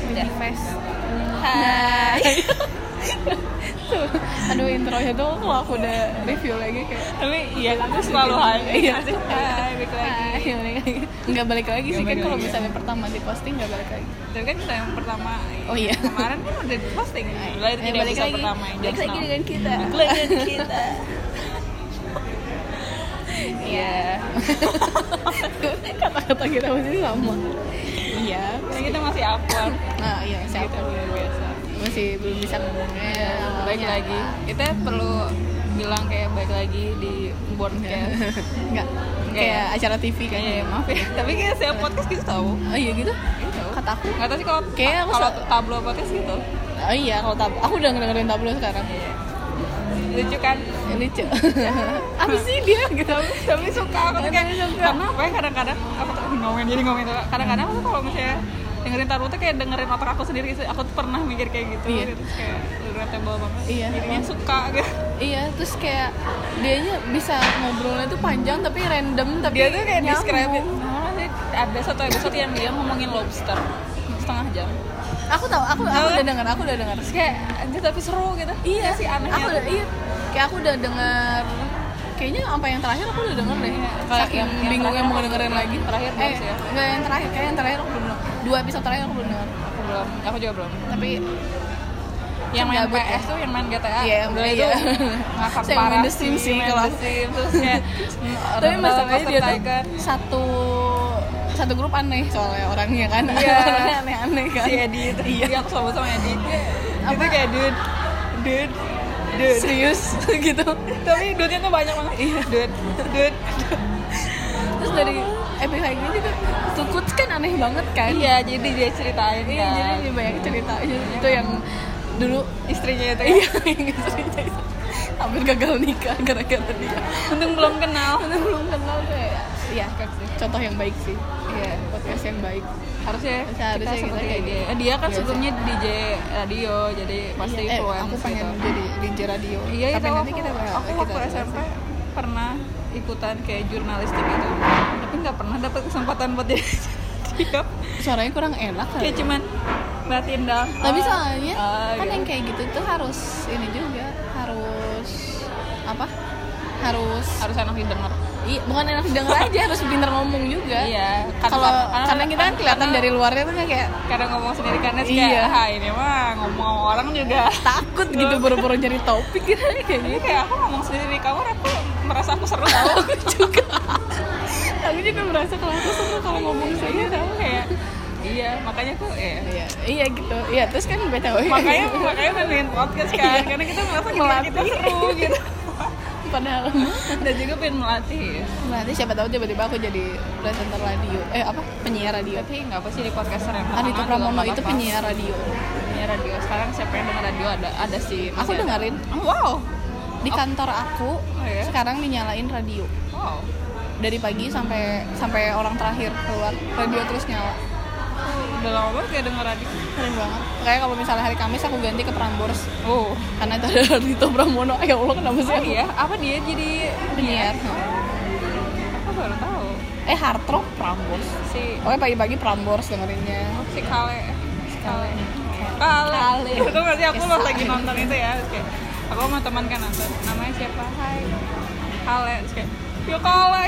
Fest. Hai. Aduh, intronya tuh kalau aku udah review lagi kayak, tapi iya aku selalu hai. Iya. Hai, balik lagi. Nggak balik lagi sih kan kalau misalnya pertama di posting nggak balik lagi. Tapi kan kita yang pertama. Oh iya. Kemarin kan udah di posting. Mulai Jadi balik lagi pertama yang balik lagi dengan kita. Iya. Kata-kata kita masih sama. Iya. Karena kita masih awkward. Nah, iya masih Kita awkward. luar biasa. Masih belum bisa ngomongnya. Baik lagi. Kita perlu bilang kayak baik lagi di broadcast. Enggak. Kayak acara TV kayaknya. Ya, maaf ya. Tapi kayak saya podcast gitu tahu. Oh iya gitu? Kata aku. Enggak tahu sih kalau Kayak aku tablo podcast gitu. Oh iya, kalau aku udah dengerin tablo sekarang. Iya. Lucu kan? Lucu. Apa sih dia gitu? Tapi suka aku tuh kayak karena apa ya, kadang-kadang aku tuh ngomongin kadang-kadang aku tuh kalau misalnya dengerin tablo tuh kayak dengerin otak aku sendiri gitu. Aku tuh pernah mikir kayak gitu. Iya. Terus kayak relatable banget. Iya. Jadinya suka gitu. Iya, terus kayak dianya bisa ngobrolnya tuh panjang tapi random, tapi Dia tuh kayak nyambung. describe it. Ada satu episode yang dia ngomongin lobster setengah jam. Aku tahu, aku udah dengar. Terus kayak anjir tapi seru gitu. Iya sih anehnya. Kayak aku udah dengar. Kayaknya apa yang terakhir aku udah denger deh. Kayak yang bingungnya mau dengerin lagi. Terakhir belum sih ya? Enggak yang terakhir, kayak yang terakhir aku belum denger. 2 episode terakhir aku belum denger. Aku juga belum. Tapi Yang main gabut PS tuh yang main GTA. Iya, udah iya. itu ngakak Saya parah main The Sims sih main kalau The Sims, terus kayak tapi masalahnya dia tuh Tiger. satu grup aneh soalnya orangnya kan. Iya. Orangnya aneh-aneh kan. Si Eddie itu. Iya, aku sama Eddie. Apa? Itu kayak dude. Serius gitu. Tapi dude-nya tuh banyak banget. Iya. Dude. Terus dari episode ini juga Tukut kan aneh banget kan. Iya, jadi dia ceritain Iya, kan. jadi dia banyak cerita itu yang dulu Istrinya itu. iya yang istrinya itu hampir gagal nikah gara-gara dia. Untung belum kenal. Belum kenal kayak iya contoh yang baik sih. Iya, podcast yang baik. Harusnya Seharusnya kita seperti kita kayak dia. Dia kan biasa. sebelumnya DJ radio, jadi pasti influence aku pengen gitu. jadi DJ radio. Iya, tapi itu nanti kita aku waktu SMP pernah ikutan kayak jurnalistik gitu, tapi nggak pernah dapat kesempatan buat jadi radio. Suaranya kurang enak kali. Kayak cuman batin dong. Tapi soalnya kan gitu. yang kayak gitu tuh harus ini juga, harus apa? Harus enak didengar. iya, bukan enak didengar aja, harus pintar ngomong juga. Iya. Karena kita kan kelihatan dari luarnya tuh kayak kadang ngomong sendiri karena Iya. kayak ini mah ngomong orang juga takut gitu buru-buru nyari topik gitu kayak ini gitu. kayak aku ngomong sendiri di kamar aku merasa aku seru tau. Aku juga merasa kalau aku seru kalau ngomong Iya tau kayak iya makanya aku iya gitu. Iya, terus kan BTW makanya main podcast kan karena kita merasa kita seru gitu. Padahal dan juga pengen melatih. nanti siapa tahu tiba-tiba aku jadi presenter radio. Penyiar radio. Tapi nggak apa sih di podcaster yang Ardhito pertama Pramono juga itu nggak penyiar radio. penyiar radio. Sekarang siapa yang dengar radio ada sih. Aku masih ada. dengerin Oh, wow. di kantor aku. iya? Sekarang dinyalain radio. Wow. Dari pagi sampai orang terakhir keluar, radio terus nyala. Udah lama banget kayak denger radio. Keren banget. Kayak kalau misalnya hari Kamis aku ganti ke Prambors. Oh. Karena itu ada Ardhito Pramono. Ya Allah, kenapa sih Oh aku iya, apa dia jadi penyiar? Aku baru tahu. Hard rock Prambors. Si Pokoknya pagi-pagi Prambors dengerinnya. si Kale. Kale. Itu masih aku pas lagi nonton itu ya. Terus kayak aku sama teman kan nonton. Namanya siapa? Hai. Kale. Terus kayak yo Kale.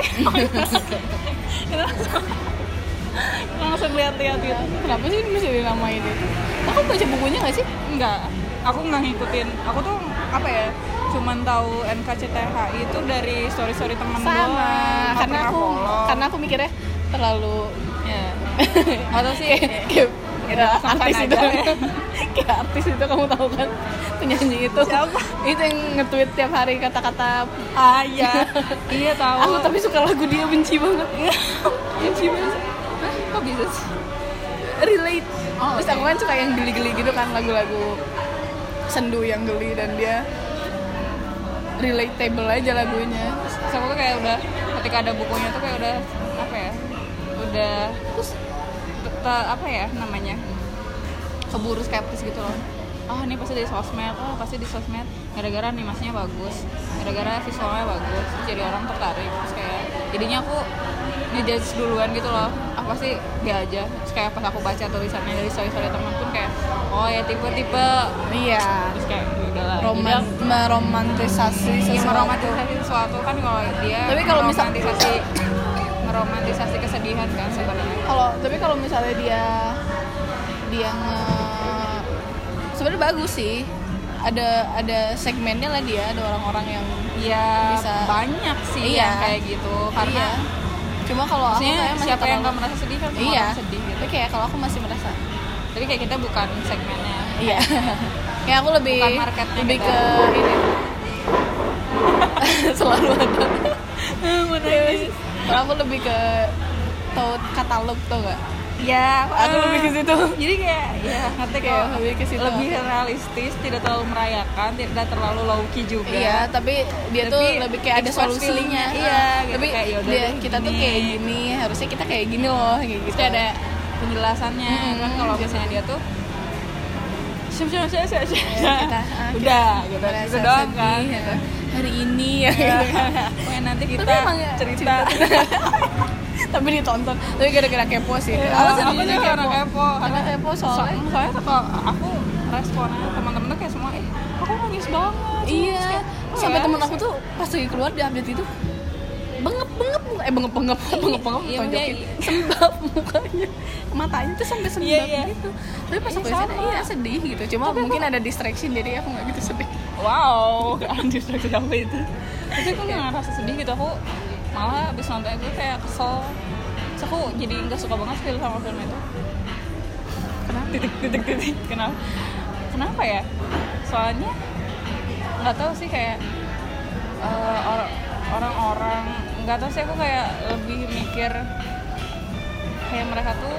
Langsung lihat-lihat gitu. Kenapa sih ini mesti dinamain itu? Aku baca bukunya nggak sih? Enggak, aku nggak ngikutin. Aku tuh apa ya? Cuman tahu NKCTHI itu dari story-story teman doang. Nggak pernah follow. Karena aku mikirnya terlalu ya. Atau sih kayak artis sama-sama itu. aja ya. Kayak artis itu kamu tahu kan? Penyanyi itu. Siapa? Itu yang nge-tweet tiap hari kata-kata Iya. Iya tahu. aku tapi suka lagu dia, benci banget. Benci banget. Kok bisa sih? Relate. Oh, Terus oke. aku kan suka yang geli-geli gitu kan, lagu-lagu sendu yang geli, dan dia relatable aja lagunya. Terus aku tuh kayak udah ketika ada bukunya tuh kayak udah apa ya? Udah terus apa ya namanya? Keburu skeptis gitu loh. Oh ini pasti di sosmed, gara-gara animasinya bagus, gara-gara visualnya bagus, terus jadi orang tertarik. Terus kayak jadinya aku ngejudge duluan gitu loh. Apa sih dia aja. Terus kayak pas aku baca tulisannya dari story teman pun kayak oh ya tipe-tipe. Iya. Terus kayak udahlah. Meromantisasi Iya, sesuatu. meromantisasi sesuatu kan kalau dia. Tapi kalau meromantisasi kesedihan kan sebenarnya. Tapi kalau misalnya dia sebenarnya bagus sih. Ada segmennya lah dia, ada orang-orang yang Iya, bisa banyak sih iya. yang kayak gitu karena cuma kalau aku kayak masih siapa yang terlalu- nggak merasa sedih kan semua iya orang sedih gitu. tapi kayak kalau aku masih merasa Tapi kayak kita bukan segmennya. iya kayak aku lebih Bukan marketnya lebih kita. ke ini selalu ada kalau aku lebih ke katalog tau gak. Ya, Aku lebih ke situ. Jadi kayak ya ngerti Kayak kok. lebih ke situ. Lebih realistis, tidak terlalu merayakan, tidak terlalu low key juga. Iya, tapi dia tuh lebih kayak ada express solusinya. feelingnya, iya, gitu. Tapi Kayak, yaudah dia, deh, kita tuh gini. kayak gini, harusnya kita kayak gini loh, kayak gitu. Terus kayak ada penjelasannya kan kalau misalnya dia tuh kita, udah gitu merasa gitu doang sedih, kan gitu. Hari ini ya. Pokoknya nanti kita emang ya, cerita. Tapi ditonton, tapi gara-gara kepo sih. Aku Aku juga karena kepo. Karena kepo soalnya. Soalnya tuh kalau aku responnya teman-teman tuh kayak semua aku nangis banget. Iya, Terus kayak, sampai ya, temen aku tuh pas lagi keluar di update itu bengep Iya, tonjokin iya. sembab mukanya, matanya tuh sampai sembab Iya. gitu. Tapi pas Iya, aku di sana sama. iya sedih gitu, cuma Tapi mungkin ada distraction jadi aku nggak gitu sedih. wow, kan distraksi apa itu. Tapi aku nggak ngerasa sedih gitu, aku malah abis nonton itu kayak kesel. Terus aku jadi nggak suka banget film sama film itu. Kenapa? Titik. Kenapa ya? Soalnya nggak tahu sih kayak orang-orang nggak tahu sih, aku kayak lebih mikir kayak mereka tuh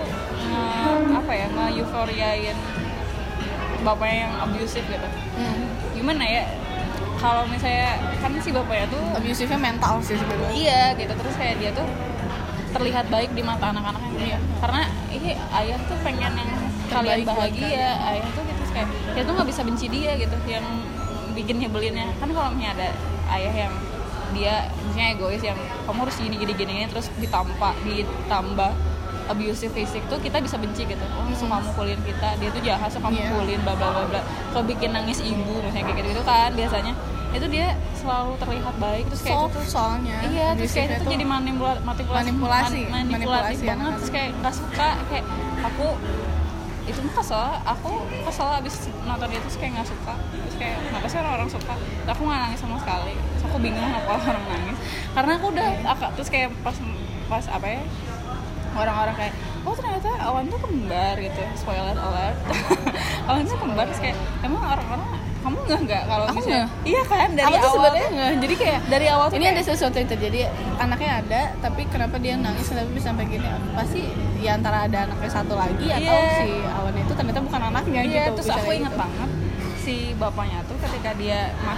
nge-euphoriain bapaknya yang abusive gitu. Gimana ya, kalau misalnya kan si bapaknya tuh Abusifnya mental sih sebenarnya. iya gitu, terus kayak dia tuh terlihat baik di mata anak-anaknya gitu. Iya. Karena ayah tuh pengen yang kalian Terbaik buat bahagia, ayah tuh gitu kayak dia tuh nggak bisa benci dia gitu, yang bikin nyebelinnya kan kalau misalnya ada ayah yang dia misalnya egois yang kamu harus gini terus ditambah abusive fisik tuh kita bisa benci gitu. Oh, suka mukulin kita, dia tuh jahat, suka mukulin bla bla bla bla. Kalau bikin nangis ibu misalnya kayak gitu kan biasanya itu dia selalu terlihat baik, terus kayak Soft itu tuh soalnya. iya, terus kayak itu jadi manipulasi Manipulasi banget. Terus kayak nggak suka, kayak aku itu mah aku kesel abis nonton itu, terus kayak nggak suka. Terus kayak kenapa sih orang suka, terus aku nggak nangis sama sekali. Terus aku bingung kenapa orang nangis, karena aku udah terus kayak pas apa ya, orang-orang kayak oh ternyata Awan tuh kembar gitu, spoiler alert. Awan tuh kembar, terus kayak emang orang-orang kamu nggak kalau Aku misalnya nggak. iya kan dari Aku tuh awal sebenarnya nggak, jadi kayak dari awal tuh ini kayak, ada sesuatu yang terjadi, anaknya ada tapi kenapa dia nangis tapi bisa sampai gini, pasti ya antara ada anaknya satu lagi atau Iya. si Awan itu ternyata bukan anaknya iya, gitu. terus bisa aku kayak inget gitu. banget si bapaknya tuh ketika dia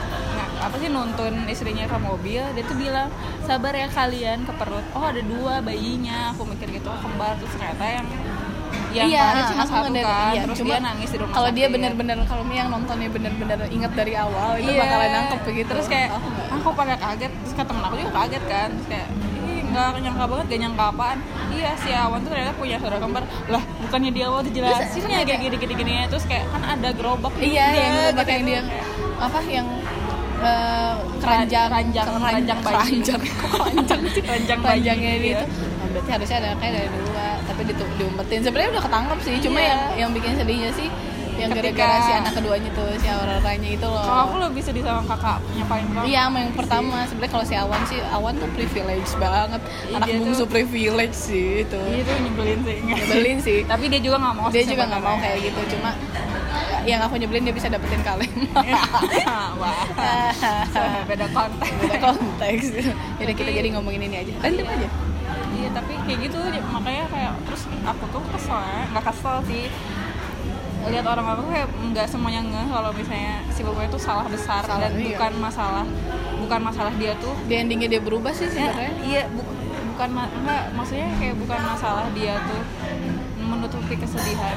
nuntun istrinya ke mobil, dia tuh bilang sabar ya kalian, ke perut oh ada 2 bayinya, aku mikir gitu, kembar. Terus ternyata yang kemarin cuma aku 1 ngeliat, kan, iya, terus cuma dia nangis di rumah kalau dia sakit. bener-bener, kalau yang nontonnya bener-bener inget dari awal itu Iya. bakalan nangkep begitu. Terus kayak Aku nggak. aku pada kaget, terus kata temen aku juga kaget kan, terus kayak nggak nyangka banget, gak nyangka apaan. Iya, si Awan tuh ternyata punya saudara kembar. Lah bukannya di awal dijelasin ya kayak gini-gini. Terus kayak kan ada gerobak Iya, juga, yang gerobak gitu. yang dia apa yang keranjang Keranjang bayi. keranjang sih Keranjang bayi, keranjangnya iya. itu. Nah, berarti harusnya ada kayak dari 2 tapi diumpetin. Sebenarnya udah ketangkep sih, cuma Iya. yang bikin sedihnya sih yang Ketika- gara-gara si anak keduanya tuh, si Auroranya itu loh. Kalau aku lebih sedih sama kakaknya paling pertama. Iya, sama yang pertama. Sebenarnya kalau si Awan tuh privilege banget. Iya, Anak dia bungsu tuh- privilege sih itu. Iya, itu nyebelin sih. Nyebelin sih. Tapi dia juga nggak mau. Dia sih juga nggak mau sebenarnya. kayak gitu. Cuma yang aku nyebelin dia bisa dapetin kalem. Wah, beda konteks. Beda konteks. Jadi kita jadi ngomongin ini aja. Random aja. Iya, tapi kayak gitu makanya kayak terus aku tuh kesel ya, nggak kesel sih, lihat orang-orang tuh kayak nggak semuanya ngeh kalau misalnya si bapaknya tuh salah besar. Salah, Dan iya. bukan masalah dia tuh Di endingnya dia berubah sih ya, sebenarnya. iya enggak, maksudnya kayak bukan masalah dia tuh menutupi kesedihan.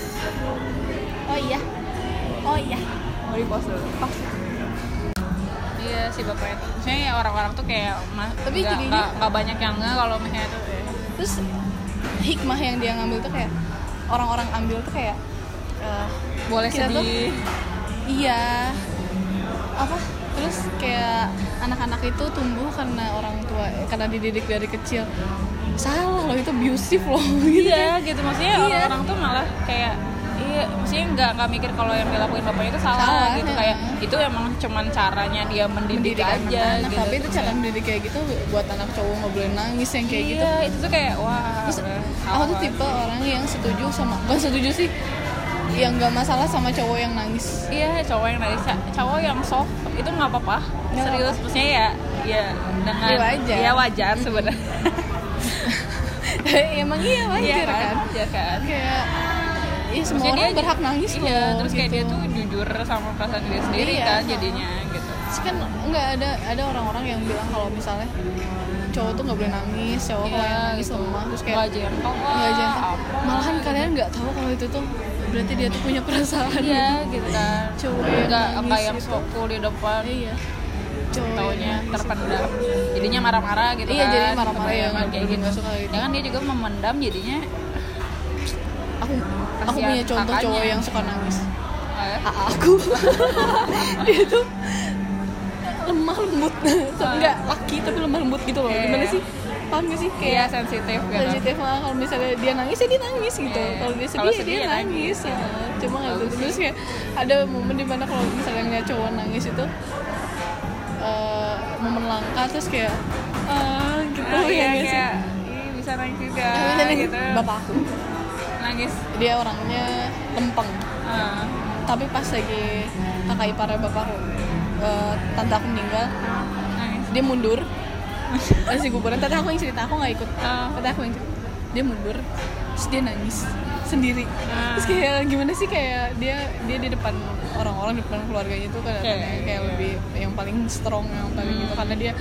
Oh iya. Mau di pause dulu. Pas. Iya, si bapaknya tuh maksudnya ya orang-orang tuh kayak Tapi jadinya- nggak banyak yang ngeh kalau misalnya tuh ya Terus hikmah yang dia ngambil tuh kayak orang-orang ambil tuh kayak boleh kita tuh, sedih. iya apa, terus kayak anak-anak itu tumbuh karena orang tua, karena dididik dari kecil. Salah loh, itu abusive loh gitu. Iya gitu, maksudnya Iya. orang-orang tuh malah kayak iya, maksudnya nggak mikir kalau yang dilakuin bapaknya itu salah gitu, kayak itu emang cuman caranya dia mendidik aja anak-anak, gitu. tapi itu cara mendidik kayak gitu buat anak cowok nggak boleh nangis yang kayak gitu. Iya, itu tuh kayak wah. Terus udah aku tuh salah. tipe orang yang setuju sama, bukan setuju sih, yang nggak masalah sama cowok yang nangis. Iya, cowok yang nangis, cowok yang soft itu nggak apa-apa. Nggak Serius, apa-apa. maksudnya ya dengan Ya wajar. ya wajar sebenarnya. Emang iya wajar Iya kan? Wajar kan. Kayak ya semua Maksudnya orang berhak nangis iya, loh. terus kayak gitu. dia tuh jujur sama perasaan dia sendiri Iya. kan jadinya gitu. Terus kan nggak ada orang-orang yang bilang kalau misalnya cowok tuh nggak boleh nangis, cowok kalau yang nangis gitu. lemah, terus kayak Nggak gentle lah, nggak gentle. apa, Malahan gitu. kalian nggak tahu kalau itu tuh berarti dia tuh punya perasaan. Iya gitu kan. Cowok yang Nggak nangis kayak yang itu. sok cool di depan. Iya. Cowok Taunya yang nangis itu. terpendam, jadinya marah-marah gitu Iya, kan. jadi marah-marah yang Kebanyakan kayak gitu. nggak suka gitu. Ya kan dia juga memendam jadinya. Aku Kasihan punya contoh kakaknya. cowok yang suka nangis. eh, Aku dia tuh lemah lembut, enggak laki tapi lemah lembut gitu loh. Iya. Gimana sih, paham gak sih? Iya Kayak sensitif gitu. sensitif lah, kalau misalnya dia nangis ya dia nangis gitu. Iya. Kalau dia Kalau sedih ya sedih dia ya nangis. Ya. Cuma nggak Bagus gitu. Terus kayak ada momen dimana kalau misalnya ngeliat cowok nangis itu momen langka, terus kayak gitu Iya ya nggak sih? kayak ih, bisa nangis juga Tapi misalnya gitu. bapak aku, Nangis. dia orangnya lempeng. Ah. Tapi pas lagi kakak iparnya bapakku, tante aku meninggal, Nangis. dia mundur masih kuburan. Tadi aku yang cerita, aku nggak ikut. Ah. Tadi aku yang cerita, dia mundur terus dia nangis sendiri. Ah. Terus kayak gimana sih, kayak dia di depan orang-orang, di depan keluarganya tuh kayak lebih yang paling strong, yang paling gitu, karena dia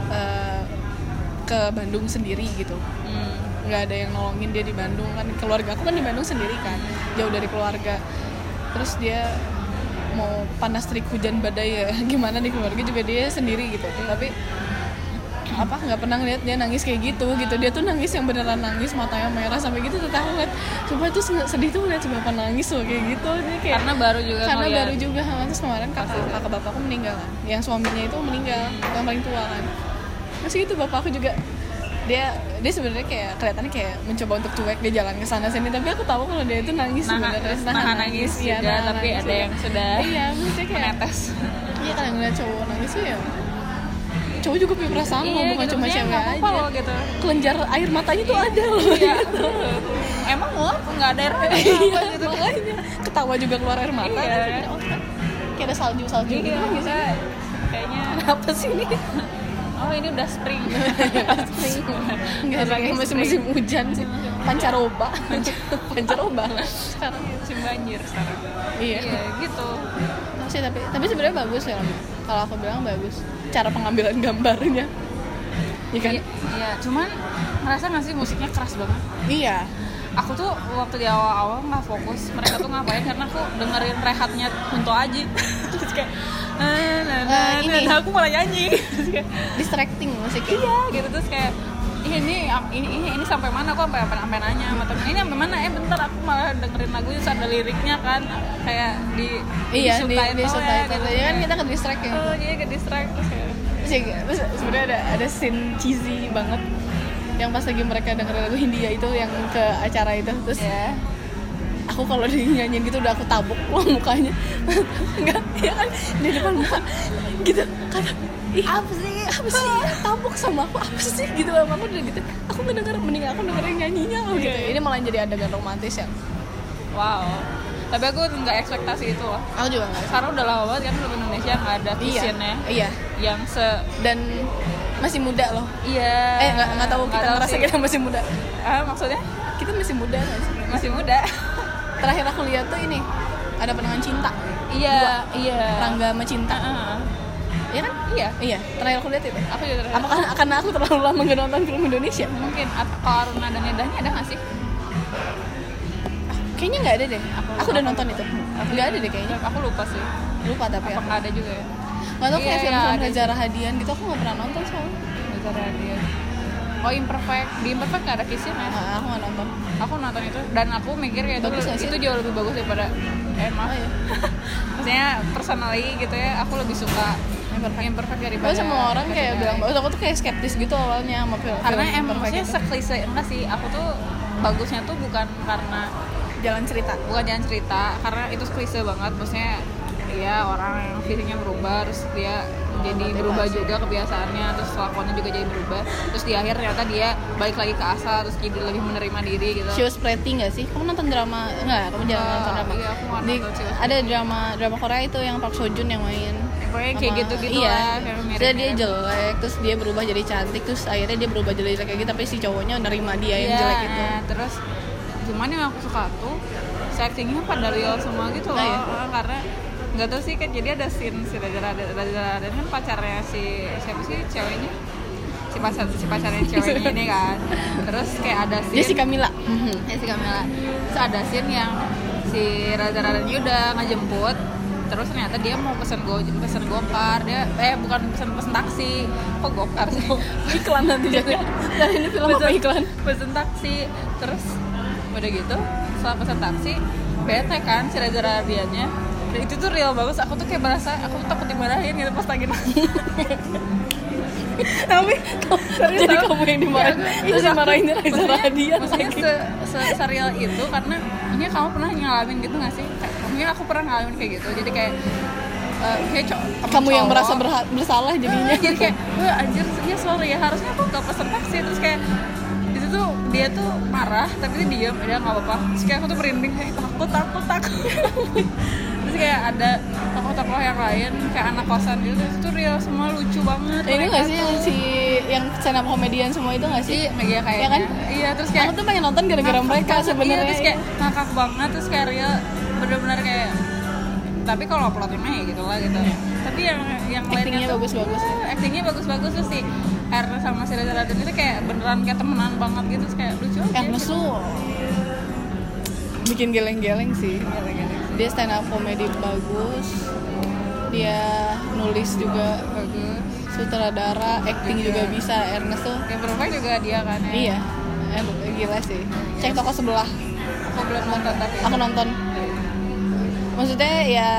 ke Bandung sendiri gitu, nggak ada yang nolongin dia di Bandung kan. Keluarga aku kan di Bandung sendiri kan, jauh dari keluarga. Terus dia mau panas terik hujan badai ya gimana, di keluarga juga dia sendiri gitu. Tapi apa, nggak pernah ngeliat dia nangis kayak gitu. Dia tuh nangis yang beneran nangis, matanya merah sampai gitu. Terus aku ngeliat, coba tuh sedih tuh ngeliat bapak nangis loh kayak gitu. Dia kayak Karena baru juga ngeliat. Terus kemarin kakak bapakku meninggal kan, yang suaminya itu meninggal, yang paling tua kan. Terus gitu bapak aku juga, dia sebenarnya kayak kelihatannya kayak mencoba untuk cuek, dia jalan ke sana sini, tapi aku tahu kalau dia itu nangis sebenarnya. Nahan nangis Iya, juga, nahan tapi nangis ada juga. yang sudah Iya, maksudnya kayak menetes. iya, kadang ngeliat cowok nangis tuh ya, cowok juga punya perasaan loh, bukan gitu, cuma maksudnya cewek nggak apa-apa aja. loh gitu. Kelenjar air matanya tuh ada loh. Iya. Emang lo nggak ada air mata Iya, apa gitu. makanya ketawa juga keluar air mata. Iya. Terus oh, kan kayak ada salju gitu Iya, kan bisa kayaknya. apa sih ini? Oh ini udah spring. Enggak, kayak masih musim hujan sih. Pancaroba. Pancaroba sekarang. Musim banjir sekarang. Iya. Iya gitu. Sih, tapi sebenarnya bagus ya. Kalau aku bilang bagus cara pengambilan gambarnya. Iya kan? Iya, cuman ngerasa nggak sih musiknya keras banget. Iya. Aku tuh waktu di awal-awal nggak fokus mereka tuh ngapain, karena aku dengerin rehatnya Kunto Aji. Terus kayak ini. nah, aku malah nyanyi. Terus kayak Distracting musiknya. iya gitu, terus kayak ini sampai mana, aku sampai nanya sama temen ini sampai mana, bentar aku malah dengerin lagunya terus ada liriknya kan, kayak di Iya, di subtitle subtitle. gitu. Ya kan kita ke distract ya. Oh iya, ke distract terus kayak Terus sebenarnya ada scene cheesy banget yang pas lagi mereka dengerin lagu Hindia itu, yang ke acara itu. Terus ya. aku kalau dinyanyiin gitu udah aku tabuk loh mukanya. Enggak, ya kan di depan muka gitu kata, ih apa sih tabuk sama aku, apa sih gitu sama aku udah gitu. Aku ngedenger, mending aku dengerin nyanyinya loh gitu. Ini malah jadi adegan romantis ya. Wow. Tapi aku nggak ekspektasi itu loh. Aku juga nggak. Karena udah lama banget kan film Indonesia nggak ada visionnya. Iya. Yang Dan masih muda loh. iya. Nggak tahu kita ngerasa sih. kita masih muda. Maksudnya Kita masih muda nggak sih? masih muda. Terakhir aku lihat tuh ini ada Penangan Cinta. Iya, iya. Rangga sama Cinta. Iya kan? Iya. Iya. Terakhir aku lihat itu. Aku juga Apakah karena aku terlalu lama nggak nonton film Indonesia? mungkin kalau Aruna dan Edahnya ada nggak sih? Kayaknya nggak ada deh. Aku udah nonton itu. Nggak ada deh kayaknya. Aku lupa sih. Lupa tapi aku. Apakah ada juga ya? Nggak tahu, kayak Iya, film-film ada Reza Rahadian gitu aku nggak pernah nonton soalnya. Reza Rahadian. Oh, Imperfect. Di Imperfect nggak ada kissnya kan? Aku nggak nonton. Aku nonton itu dan aku mikir kayak itu jauh lebih bagus daripada maaf ya. Maksudnya personally gitu ya, aku lebih suka Imperfect daripada. Semua orang kayak bilang bagus, aku tuh kayak skeptis gitu awalnya sama film. Karena maksudnya seklise enggak sih, aku tuh bagusnya tuh bukan karena jalan cerita, karena itu klise banget. Maksudnya ya orang yang fisiknya berubah, terus dia jadi berubah juga kebiasaannya, terus lakonnya juga jadi berubah, terus di akhir ternyata dia balik lagi ke asal, terus jadi lebih menerima diri gitu. She Was Pretty nggak sih? Kamu nonton drama? Nggak, kamu jangan nonton drama. Iya, aku nggak nonton. Ada drama Korea itu yang Park Seo Joon yang main. Pokoknya kayak gitu-gitu iya. lah. Terus dia jelek, terus dia berubah jadi cantik, terus akhirnya dia berubah jadi jelek kayak gitu, tapi si cowoknya nerima dia yang jelek itu. Terus cuman yang aku suka tuh actingnya pada real semua gitu loh. Karena nggak tahu sih kan, jadi ada scene si Raja Raden kan pacarnya si siapa sih ceweknya, si pacarnya ceweknya ini kan. Terus kayak ada scene dia si Camilla. Terus ada scene yang si Raja Radennya udah ngejemput, terus ternyata dia mau pesen gokar, dia bukan pesen taksi, kok gokar sih? Iklan nanti jadi. Dan ini film apa iklan? Pesen taksi, terus udah gitu setelah pesen taksi bete kan si Raja Radennya. Dan itu tuh real bagus, aku tuh kayak berasa aku tuh takut dimarahin gitu pas lagi tapi jadi kamu yang dimarahin, terus dimarahin Reza Radian. Maksudnya serial itu karena ini kamu pernah ngalamin gitu nggak sih? Mungkin aku pernah ngalamin kayak gitu, jadi kayak kamu yang merasa bersalah jadinya. Jadi kayak anjir ya sorry ya, harusnya aku nggak pesen taksi. Terus kayak itu tuh dia tuh marah tapi dia diam, dia nggak apa-apa. Terus kayak aku tuh merinding kayak takut. Terus kayak ada tokoh-tokoh yang lain kayak anak kosan gitu, itu tuh real semua, lucu banget. Ini nggak sih si yang stand up komedian semua itu nggak sih? Iya kayaknya. Ya kan? Iya, terus kayak aku tuh pengen nonton gara-gara mereka sebenarnya. Iya, terus kayak ngakak banget, terus kayak real benar-benar kayak. Tapi kalau plotnya ya gitu lah gitu. Tapi yang actingnya lainnya bagus-bagus. Actingnya bagus-bagus tuh sih. Ernest sama si Reza Raden itu kayak beneran kayak temenan banget gitu, terus kayak lucu aja. Ernest tuh bikin geleng-geleng sih. Dia stand up komedi bagus, dia nulis juga bagus, sutradara, acting juga bisa. Ernest tuh yang berapa juga dia kan ya? Iya, gila sih. Cek Toko Sebelah. Aku belum nonton tapi aku nonton. Maksudnya ya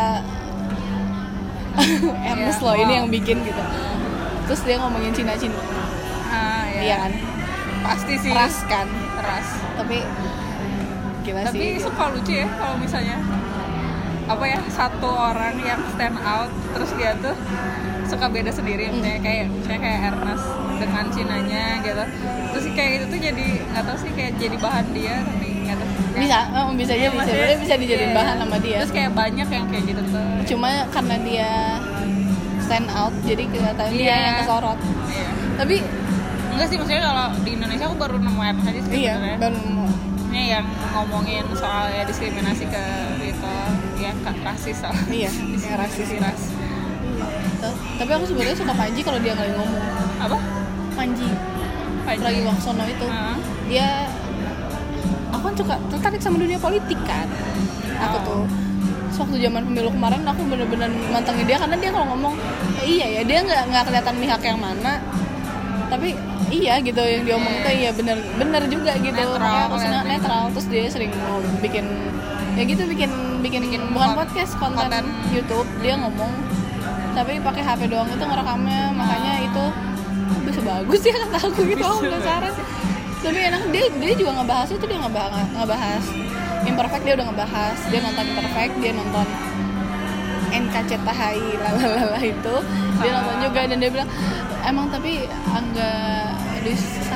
Ernest loh ini yang bikin gitu. Terus dia ngomongin Cina-Cina. Iya kan? Pasti sih. Ras kan? Ras. Tapi gila tapi sih. Tapi suka lucu ya kalau misalnya apa ya, satu orang yang stand out terus dia tuh suka beda sendiri. Misalnya kayak Ernest dengan Cinanya gitu. Terus kayak gitu tuh jadi nggak tahu sih, kayak jadi bahan dia tapi nggak tahu. Bisa jadi sebenarnya bisa dijadiin bahan sama dia. Terus kayak banyak yang kayak gitu tuh. Cuma karena dia stand out jadi kelihatan dia yang kesorot. Iya. Tapi enggak sih, maksudnya kalau di Indonesia aku baru nemu Ernest aja sih. Iya, baru nemu. Ini yang ngomongin soal ya diskriminasi ke gitu, ya rasis lah. Iya, yang rasis ras. Tapi aku sebenarnya suka Panji kalau dia nggak ngomong. Apa? Panji. Pragiwaksono itu. Dia aku kan suka tertarik sama dunia politik kan. Aku tuh waktu zaman pemilu kemarin aku bener-bener mantengin dia karena dia kalau ngomong iya ya, dia nggak kelihatan pihak yang mana, tapi iya gitu yang dia omong itu iya bener juga gitu. Netral. Terus dia sering bikin ya gitu bikin bukan podcast, konten YouTube. Dia ngomong tapi pakai HP doang itu ngerekamnya, makanya itu bisa bagus ya kata aku gitu. Aku penasaran sih. Tapi enak, dia juga ngebahas itu, dia ngebahas Imperfect, dia udah ngebahas, dia nonton Imperfect, dia nonton NKCTHI lalala itu, dia nonton juga dan dia bilang emang tapi Angga Dwi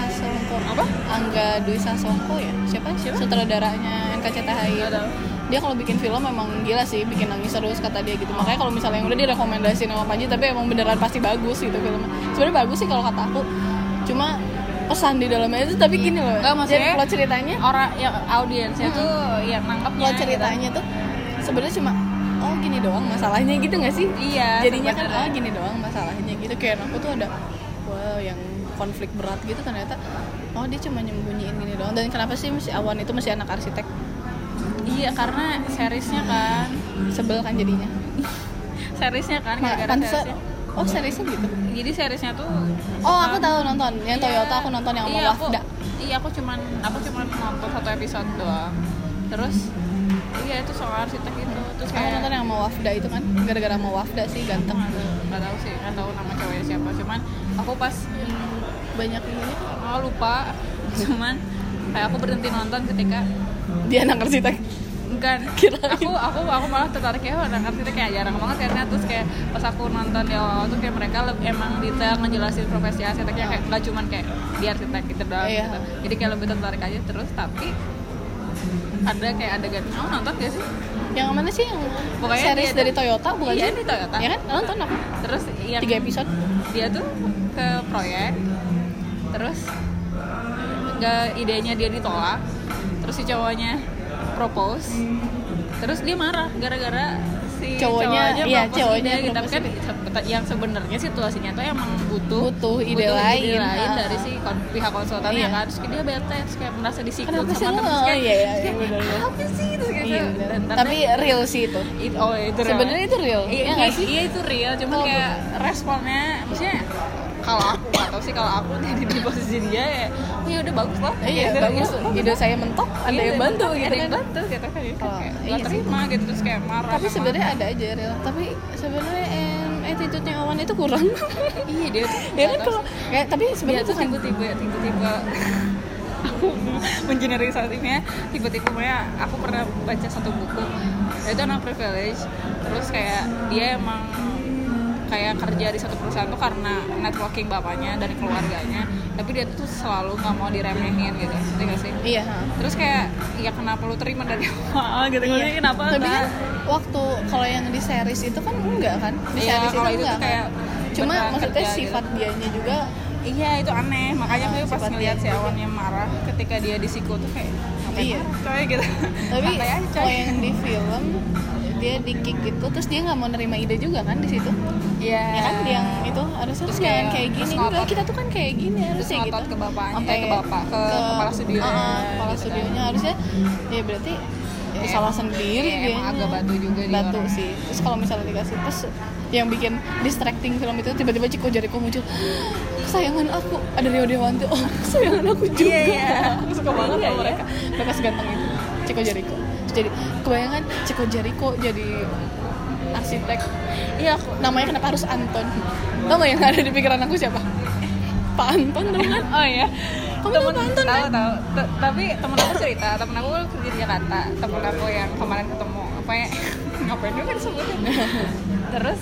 Sasongko ya siapa? Sutradaranya NKCTHI. Dia kalau bikin film memang gila sih, bikin nangis terus kata dia gitu. Makanya kalau misalnya yang udah direkomendasiin sama Panji tapi emang beneran pasti bagus gitu filmnya. Sebenarnya bagus sih kalau kata aku, cuma pesan di dalamnya itu tapi gini loh. Jadi plot ceritanya orang yang audiensnya tuh yang nangkepnya. Plot ceritanya tuh sebenarnya cuma oh gini doang masalahnya gitu nggak sih? Iya. Jadinya kan oh gini doang masalahnya gitu. Kayak aku tuh ada wow yang konflik berat gitu, ternyata oh dia cuma nyembunyiin gini doang. Dan kenapa sih Awan itu masih anak arsitek? Iya karena seriesnya kan sebel kan jadinya. Seriesnya kan gara-gara seriesnya. Oh seriesnya gitu? Jadi seriesnya tuh Oh aku tahu nonton, yang Toyota aku nonton yang sama Wafda. Aku cuman nonton 1 episode doang. Terus iya itu soal arsitek itu. Terus Aku nonton yang sama Wafda itu kan, gara-gara sama Wafda sih ganteng. Nggak tahu sih, nggak tahu nama ceweknya siapa. Cuman aku pas Banyak ini. lupa. Cuman kayak aku berhenti nonton ketika Dia anak arsitek. bukan aku malah tertarik ya anak arsitek kayak jarang banget karena terus kayak pas aku nonton di awal tuh kayak mereka emang detail ngejelasin profesi arsiteknya kayak nggak cuman kayak di arsitek gitu doang gitu. Jadi kayak lebih tertarik aja terus tapi ada kayak adegan nonton gak sih? Yang mana sih yang Pokoknya series dari Toyota bukan iya, sih? di Toyota. Iya kan? Nonton aku. Terus yang 3 episode. dia tuh ke proyek terus idenya dia ditolak terus si cowoknya propose terus dia marah gara-gara si cowoknya propose ide gitu kan yang sebenarnya situasinya tuh emang butuh ide lain dari si pihak konsultannya kan terus dia bete terus kayak merasa disikut sama terus kayak apa sih terus kayak tapi real sih itu sebenarnya itu real iya itu real cuman kayak responnya maksudnya kalau aku di posisi dia ya udah bagus lah bagus ide saya mentok ada yang bantu gitu kan nggak terima gitu terus kayak marah tapi sebenarnya ada aja real tapi sebenarnya attitude-nya Awan itu kurang iya dia ya kan kalau kayak tapi sebenarnya dia tuh tiba-tiba aku mengeneralisasinya tiba-tiba aku pernah baca satu buku itu anak privilege terus kayak dia emang kayak kerja di satu perusahaan tuh karena networking bapaknya dari keluarganya tapi dia tuh selalu nggak mau diremehin gitu nggak sih iya terus kayak ya kenapa lu terima dari awal gitu iya. Kenapa tapi kan waktu kalau yang di series itu kan enggak kan di series itu enggak kayak cuma maksudnya sifat gitu. Dianya juga iya itu aneh makanya aku pas ngeliat si Awan yang marah ketika dia di siku tuh kayak coy gitu tapi kalau yang di film dia di kick gitu terus dia nggak mau nerima ide juga kan di situ ya kan yang itu harusnya tuh jangan kayak gini enggak kita tuh kan kayak gini harusnya gitu ke bapaknya ke kepala studio kepala studionya harusnya ya berarti salah sendiri dia agak batu juga batu sih terus kalau misalnya dikasih terus yang bikin distracting film itu tiba-tiba Chico Jericho muncul kesayangan aku ada Rio Dewanto kesayangan aku juga aku suka banget sama mereka seganteng itu Chico Jericho jadi kebayangan Chico Jericho jadi arsitek iya namanya kenapa harus Anton tau gak yang ada di pikiran aku siapa Pak Anton teman oh iya kamu tahu Pak Anton kan tahu tapi temen aku cerita temen aku kerja di Jakarta temen aku yang kemarin ketemu apa ya ngapain juga disebutin terus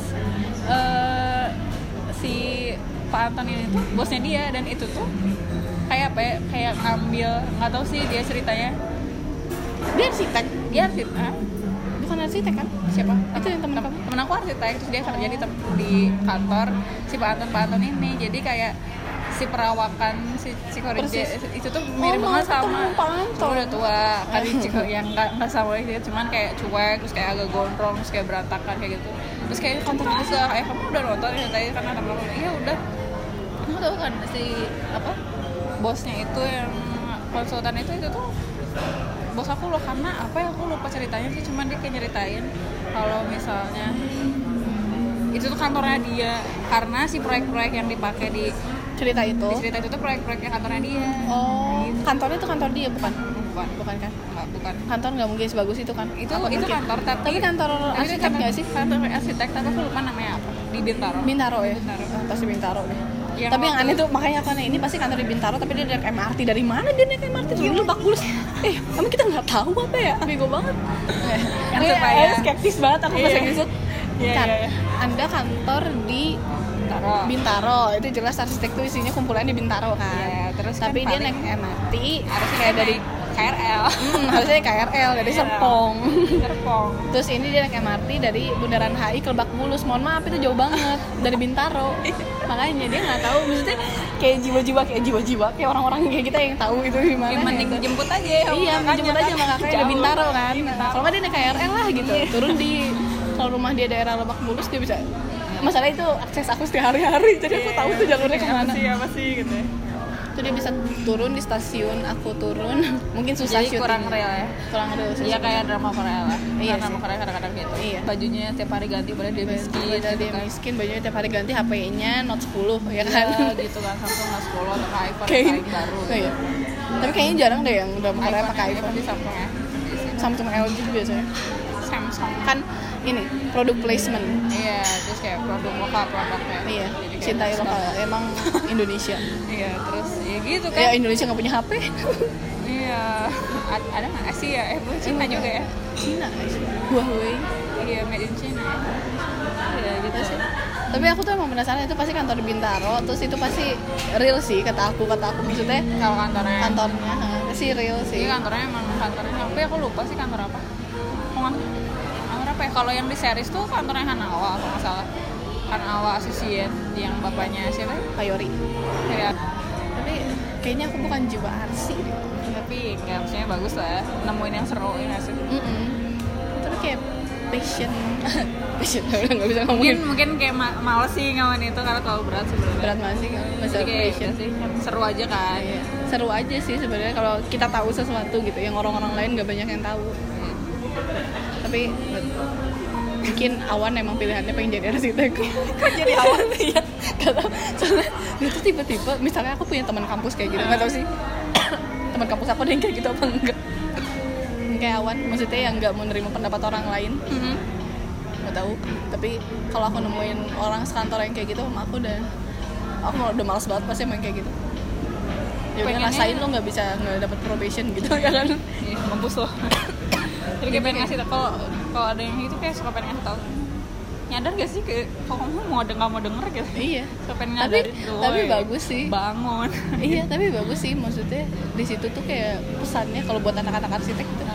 si Pak Anton ini tuh bosnya dia dan itu tuh kayak apa ya kayak ambil nggak tahu sih dia ceritanya dia arsitek bukan arsitek kan siapa itu yang temen aku arsitek terus dia kerja di kantor si Pak Anton ini jadi kayak si perawakan si Korje itu tuh mirip banget sama Pak Anton udah tua kan Ciko yang nggak sama dia cuman kayak cuek terus kayak agak gondrong terus kayak berantakan kayak gitu terus kayak kantor bisa kamu udah nonton ya tadi karena temen aku iya udah kamu tahu kan si apa bosnya itu yang konsultan itu tuh bos aku loh karena apa ya aku lupa ceritanya sih cuman dia kayak nyeritain kalau misalnya itu tuh kantornya dia karena si proyek-proyek yang dipakai di cerita itu tuh proyek-proyeknya kantornya dia gitu. Kantornya itu kantor dia bukan kan bukan kantor nggak mungkin sebagus itu kan itu kantor tapi kantor arsitek nggak sih kantor arsitek tapi aku lupa namanya apa di Bintaro ya pasti Bintaro deh tapi yang aneh tuh makanya karena ini pasti kantor di Bintaro tapi dia naik MRT dari mana dia naik MRT dari Lebak Bulus emang kita nggak tahu apa ya bego banget skeptis banget aku pas yang itu Anda kantor di Bintaro itu jelas arsitek tuh isinya kumpulan di Bintaro kan terus tapi kan dia naik MRT harusnya kayak dari KRL harusnya KRL dari Serpong terus ini dia naik MRT dari Bundaran HI ke Lebak Bulus mohon maaf itu jauh banget dari Bintaro makanya dia nggak tahu maksudnya kayak jiwa-jiwa kayak orang-orang kayak kita yang tahu itu gimana mending jemput aja jemput aja sama kakaknya di Bintaro kan kalau nggak dia naik KRL lah gitu turun di kalau rumah dia daerah Lebak Bulus dia bisa masalah itu akses aku setiap hari jadi aku tahu tuh jalurnya kemana apa sih gitu Tuh dia bisa turun di stasiun, aku turun mungkin susah jadi kurang real ya. Kurang real sih. Iya kayak drama Korea lah. Iya drama sih. Korea kadang-kadang gitu. Iya. Bajunya tiap hari ganti, padahal dia miskin. Padahal dia kan. miskin, bajunya tiap hari ganti, HP-nya Note 10 ya Iya, kan. gitu kan, Samsung S10 atau iPhone Kayak yang paling baru. oh, iya. Tapi kayaknya jarang deh yang udah Korea pakai iPhone. Pasti Samsung ya. Samsung LG biasanya. Samsung Kan ini produk placement. iya, terus kayak produk lokal produknya. Iya, Jadi kayak cintai bagus lokal banget. emang Indonesia. Iya, terus ya gitu kan. Ya Indonesia nggak punya HP. Iya, ada nggak sih ya? Cina juga ya. Cina, Huawei. Iya, made in China. Iya gitu sih. Tapi aku tuh emang penasaran itu pasti kantor Bintaro, terus itu pasti real sih kata aku maksudnya Kalau kantornya sih real sih. Iya, kantornya emang kantornya, tapi aku lupa sih kantor apa. Kantor apa ya? Kalau yang di series tuh kantornya Hanawa kalau nggak salah. Hanawa Associate yang bapaknya siapa? Payori. Ya, Tapi kayaknya aku bukan jiwa arsi deh. tapi nggak, maksudnya bagus lah ya. Nemuin yang seru ya nggak sih? Terus kayak passion udah nggak bisa ngomongin. Mungkin kayak males sih ngomongin itu karena terlalu berat sebenarnya. Berat banget sih kalau masalah Jadi kayak passion. gitu sih, seru aja kan. Iya. Seru aja sih sebenarnya kalau kita tahu sesuatu gitu yang orang-orang lain nggak banyak yang tahu. Tapi mungkin Awan emang pilihannya pengen jadi arsitek. Kok jadi Awan? Iya, nggak tahu. Soalnya itu tiba-tiba, misalnya aku punya teman kampus kayak gitu, nggak tahu sih teman kampus aku ada yang kayak gitu apa enggak. Kayak Awan, maksudnya yang nggak mau nerima pendapat orang lain. Nggak tahu. Tapi kalau aku nemuin orang sekantor yang kayak gitu, sama aku udah malas banget pasti emang kayak gitu. Ya udah rasain lo nggak dapet probation gitu ya kan. Iya, mampus loh. Jadi kayak pengen ngasih tau, kalau ada yang gitu kayak suka pengen ngasih tau, nyadar gak sih kayak kalau kamu nggak mau denger gitu. Iya. Suka pengen nyadarin tuh. Tapi bagus sih. Bangun. Iya, tapi bagus sih, maksudnya di situ tuh kayak pesannya kalau buat anak-anak arsitek gitu.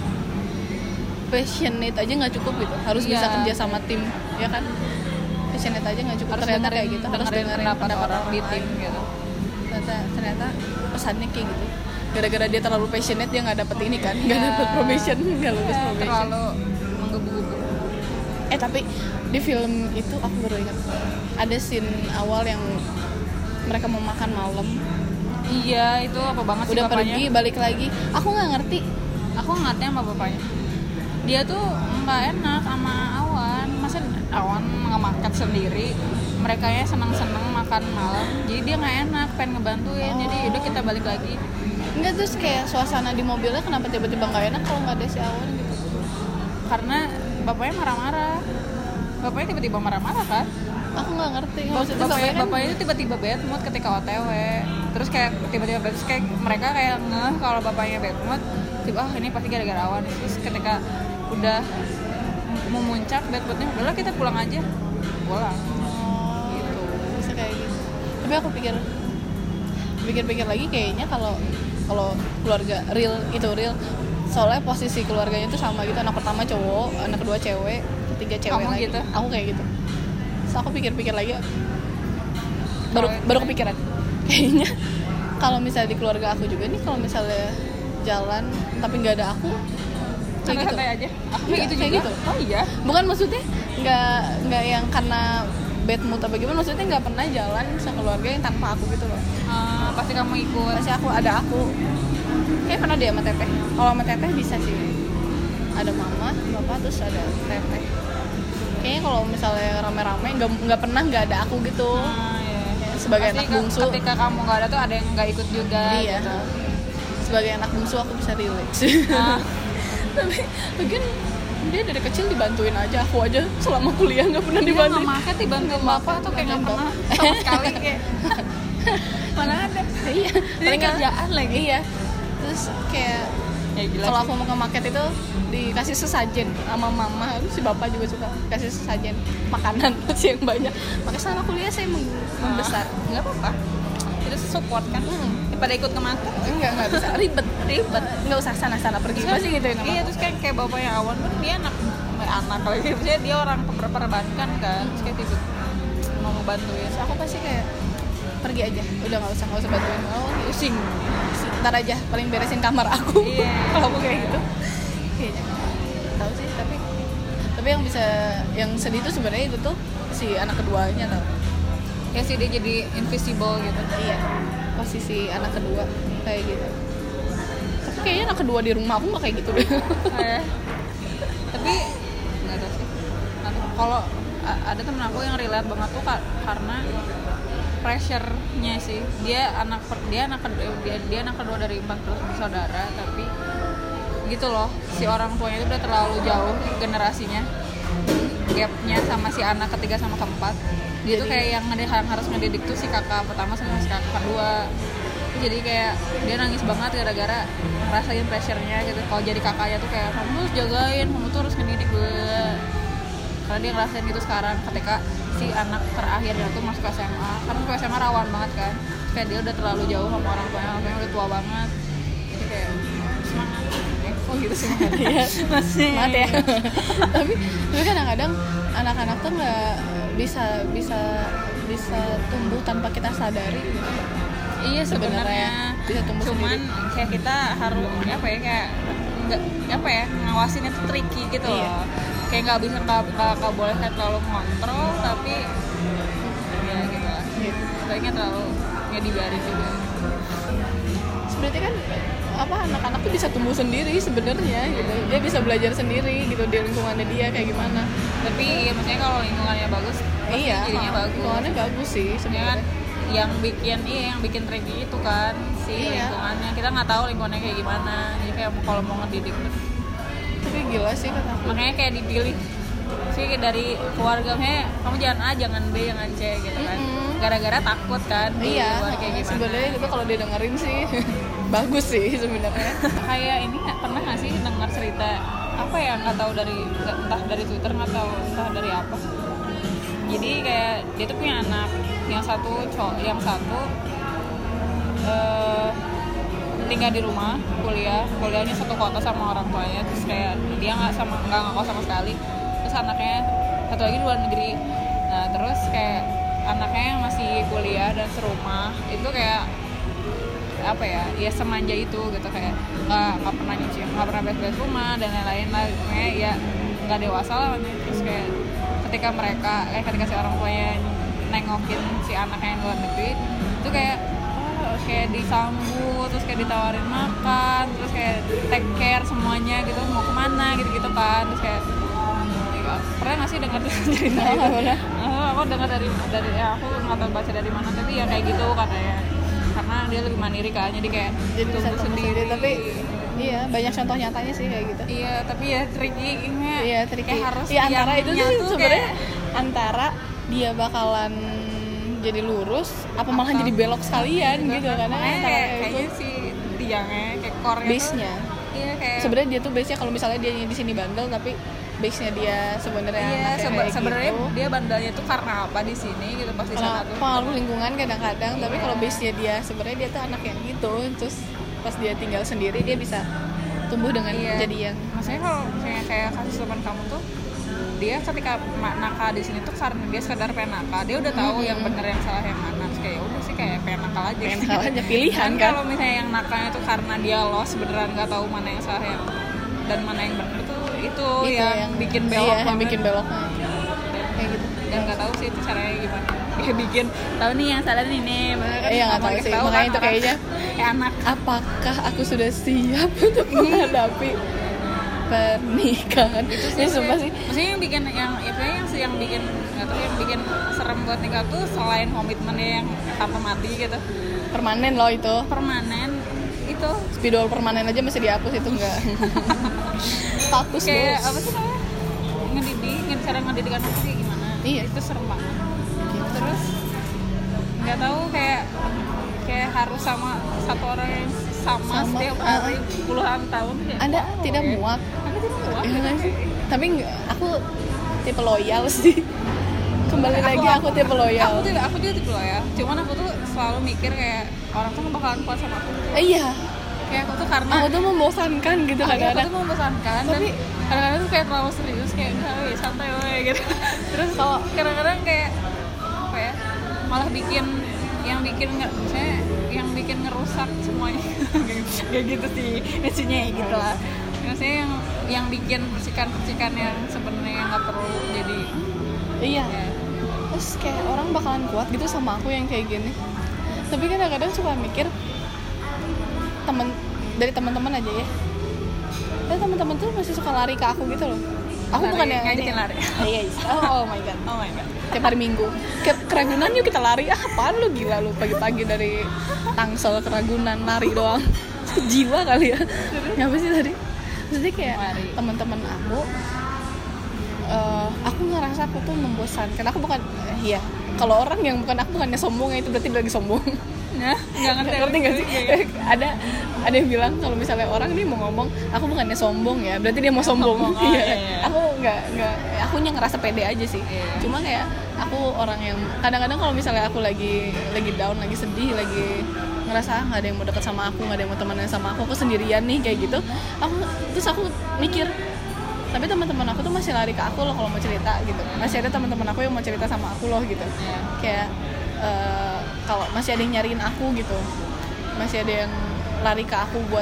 Passionate aja nggak cukup gitu, harus Iya. bisa kerja sama tim, ya kan? Passionate aja nggak cukup, Harus ternyata kayak gitu, harus dengerin pendapat orang di lain. tim gitu. Ternyata pesannya kayak gitu. Gara-gara dia terlalu passionate dia nggak dapet ini kan, nggak dapet probation, nggak lulus probation. Terlalu menggebu-gebu. Tapi di film itu aku baru ingat ada scene awal yang mereka mau makan malam. Iya, itu apa banget sih Udah bapaknya. pergi balik lagi, aku nggak ngerti. Aku ngerti sama bapaknya. Dia tuh nggak enak sama Awan. Masa Awan nge-market sendiri, mereka ya seneng-seneng makan malam. Jadi dia nggak enak, pengen ngebantuin. Jadi udah kita balik lagi. Enggak, terus kayak suasana di mobilnya kenapa tiba-tiba nggak enak kalau nggak ada si Awan gitu? Karena bapaknya marah-marah. Bapaknya tiba-tiba marah-marah kan? Aku nggak ngerti. Maksudnya bapaknya kan Bapaknya itu tiba-tiba bad mood ketika OTW. Terus kayak tiba-tiba bad mood, kayak mereka kayak ngeh kalau bapaknya bad mood. Tiba ini pasti gara-gara Awan. Terus ketika udah mau muncak bad moodnya, udahlah kita pulang aja. Pulang. gitu, bisa kayak gitu. Tapi aku pikir-pikir lagi kayaknya kalau keluarga real itu real, soalnya posisi keluarganya tuh sama gitu, anak pertama cowok, anak kedua cewek, ketiga cewek Kamu lagi. gitu? Aku kayak gitu. So aku pikir-pikir lagi, baru kepikiran. Kayaknya kalau misalnya di keluarga aku juga nih, kalau misalnya jalan tapi nggak ada aku, kayak gitu. Santai aja. Aku Iya, kayak gitu kayak juga. gitu. Oh iya. Bukan maksudnya nggak yang karena bad mood apa gimana, maksudnya nggak pernah jalan sekeluarga yang tanpa aku gitu loh. Pasti kamu ikut. Masih ada aku. Kayak pernah dia sama teteh. Kalau sama teteh bisa sih. Ada mama, bapak, terus ada teteh. Kayaknya kalau misalnya rame-rame nggak pernah nggak ada aku gitu. Iya. Sebagai Pasti anak bungsu. ketika kamu nggak ada tuh ada yang nggak ikut juga. Iya. Gitu. Sebagai anak bungsu aku bisa relate sih. Tapi mungkin dia dari kecil dibantuin aja, aku aja selama kuliah nggak pernah Dia dibantuin. nggak makan dibantuin bapak tuh kayak nggak pernah sama sekali kayak. Mana ada. Iya. Paling kerjaan lagi. Iya. Terus kayak Ya gila. kalau aku mau ke market itu dikasih sesajen sama mama, si bapak juga suka kasih sesajen makanan sih yang banyak. Makanya selama kuliah saya membesar. Nggak apa-apa. Itu support kan. Daripada ikut ke market. Enggak bisa, ribet. Nggak usah sana pergi. Pasti gitu ya. Iya, terus kayak bapaknya Awan kan dia anak lagi, maksudnya dia orang perbankan kan. Terus kayak tiba mau ngebantuin. Aku pasti kayak pergi aja, udah nggak usah bantuin. Pusing. Ntar aja paling beresin kamar aku. Iya. Kalau aku kayak gitu kayaknya tahu sih. Tapi yang sedih tuh sebenarnya itu tuh si anak keduanya tau. Ya sih dia jadi invisible gitu. Iya, posisi anak kedua kayak gitu. Tapi kayaknya anak kedua di rumah aku nggak kayak gitu deh. Tapi nggak tahu sih. Kalau ada temen aku yang relate banget tuh karena pressure-nya sih. Dia anak kedua dari 4 bersaudara, tapi gitu loh, si orang tuanya itu udah terlalu jauh generasinya, gapnya sama si anak ketiga sama keempat. Dia tuh kayak yang harus ngedidik tuh si kakak pertama sama si kakak kedua. Jadi kayak dia nangis banget gara-gara ngerasain pressure-nya gitu. Kalau jadi kakaknya tuh kayak kamu harus jagain, kamu tuh harus ngedidik gue. Karena dia ngerasain gitu sekarang ketika si anak terakhirnya tuh masuk SMA. Karena masuk SMA rawan banget kan. Terus kayak dia udah terlalu jauh sama orang tuanya udah tua banget. Jadi kayak semangat. Oh gitu semangat ya. Semangat ya. tapi kadang-kadang anak-anak tuh nggak bisa tumbuh tanpa kita sadari gitu. Iya sebenarnya bisa tumbuh cuman sendiri. Kayak kita harus kayak nggak ngawasin itu tricky gitu loh. Kayak nggak boleh kayak terlalu kontrol, tapi ya gitu lah. Baiknya terlalu nggak dibiarin juga. Sebenarnya kan anak-anak tuh bisa tumbuh sendiri sebenarnya gitu. Dia bisa belajar sendiri gitu di lingkungannya dia kayak gimana. Tapi ya maksudnya kalau lingkungannya bagus, jadinya bagus. Lingkungannya bagus sih sebenarnya. Yang bikin tricky itu kan lingkungannya. Kita nggak tahu lingkungannya kayak gimana. Jadi kayak kalau mau ngedidik tuh. Tapi gila sih kata aku. Makanya kayak dipilih sih dari keluarganya, kamu jangan A, jangan B, jangan C gitu kan. Gara-gara takut kan. Iya. Kayak gimana. Sebenarnya itu kalau dia dengerin sih bagus sih sebenarnya. Kayak ini pernah nggak sih dengar cerita apa ya, nggak tahu entah dari Twitter, nggak tahu entah dari apa. Jadi kayak dia tuh punya anak, yang satu tinggal di rumah, kuliahnya satu kota sama orang tuanya, terus kayak dia nggak ngekos sama sekali. Terus anaknya satu lagi di luar negeri. Nah terus kayak anaknya yang masih kuliah dan serumah itu kayak apa ya semanja itu gitu, kayak nggak pernah nyuci, nggak pernah beres-beres rumah dan lain-lain lah, kayak ya nggak dewasa lah. Terus kayak ketika si orang tuanya nengokin si anaknya yang luar negeri itu kayak disambut, terus kayak ditawarin makan, terus kayak take care semuanya gitu, mau kemana gitu kan. Terus kayak pernah nggak sih dengar cerita gitu? Aku dengar dari aku nggak tahu baca dari mana, tapi ya kayak gitu katanya, karena dia lebih mandiri kan, jadi kayak bisa tumbuh sendiri. Tapi iya banyak contoh nyatanya sih kayak gitu. Iya tapi ya tricky. Iya tricky. Kayak harus antara itu sih sebenarnya kayak antara dia bakalan jadi lurus apa malah jadi belok sekalian gitu, karena kayaknya si tiangnya kayak core-nya base-nya. Iya kayak sebenarnya dia tuh base-nya kalau misalnya dia di sini bandel, tapi base-nya dia sebenarnya sebenarnya gitu. Dia bandelnya tuh karena apa di sini gitu, pas di sana tuh pengaruh lingkungan kadang-kadang. Tapi kalau base-nya dia sebenarnya dia tuh anak yang gitu, terus pas dia tinggal sendiri dia bisa tumbuh dengan jadi yang maksudnya kalau misalnya kayak kasus teman kamu tuh, dia ketika nakal di sini tuh karena dia sekedar pengen nakal, dia udah tahu yang bener yang salah yang mana. Terus kayak udah sih kayak pengen nakal aja pilihan kan. Kalau misalnya yang nakalnya tuh karena dia lost beneran nggak tahu mana yang salah dan mana yang bener itu yang bikin belok. Iya, yang bikin belok kayak gitu. Dan nggak tahu sih itu caranya gimana. Kayak bikin tahu nih yang salah nih bener kan. Iya nggak tahu sih, makanya itu kayaknya kayak anak. Apakah aku sudah siap untuk menghadapi pernikahan? Itu sih sumpah sih. Maksudnya yang bikin yang bikin serem buat nikah tuh selain komitmennya yang tanpa mati gitu. Permanen loh itu. Permanen itu. Spidol permanen aja masih dihapus itu enggak. Status kayak apa sih namanya? Cara ngedidik anak kayak gimana? Iya, itu serem banget. Terus nggak tahu kayak harus sama satu orang yang sama setiap hari puluhan tahun ya. Anda tidak muak. Ya, tapi aku tipe loyal sih. Kembali lagi aku tipe loyal. Aku juga tipe loyal. Cuman aku tuh selalu mikir kayak orang tuh bakalan kuat sama aku. Iya. Kayak aku tuh karena aku tuh membosankan gitu kadang-kadang. Aku tuh membosankan. Tapi kadang-kadang tuh kayak terlalu serius, kayak santai gitu. Terus kalau kadang-kadang kayak apa ya? Malah yang bikin ngerusak semuanya. Kayak gitu sih maksudnya gitu lah. Maksudnya yang bikin percikan-percikan yang sebenarnya nggak perlu jadi. Iya. Ya. Terus kayak orang bakalan kuat gitu sama aku yang kayak gini. Tapi kadang-kadang suka mikir dari teman-teman aja ya. Dan teman-teman tuh masih suka lari ke aku gitu loh. Aku lari, bukan yang ngajakin lari. Iya. Oh my god. Oh my god. Tiap hari Minggu ke Ragunan yuk kita lari. Apaan lu, gila lu, pagi-pagi dari Tangsel ke Ragunan lari doang. Jiwa kali ya. Ngapa sih tadi? Maksudnya kayak teman-teman aku ngerasa aku tuh membosankan. Aku bukan kalau orang yang bukan aku bukannya sombong ya, itu berarti dia lagi sombong. Nah, ngerti nggak sih? ada yang bilang kalau misalnya orang nih mau ngomong aku bukannya sombong ya, berarti dia mau sombong. Iya. Aku nggak akunya ngerasa pede aja sih. Iya. Cuma kayak aku orang yang kadang-kadang kalau misalnya aku lagi down, lagi sedih, lagi ngerasa nggak ada yang mau dekat sama aku, nggak ada yang mau temenan sama aku sendirian nih kayak gitu. Terus aku mikir, tapi teman-teman aku tuh masih lari ke aku loh kalau mau cerita gitu. Masih ada teman-teman aku yang mau cerita sama aku loh gitu. Kayak kalau masih ada yang nyariin aku gitu, masih ada yang lari ke aku buat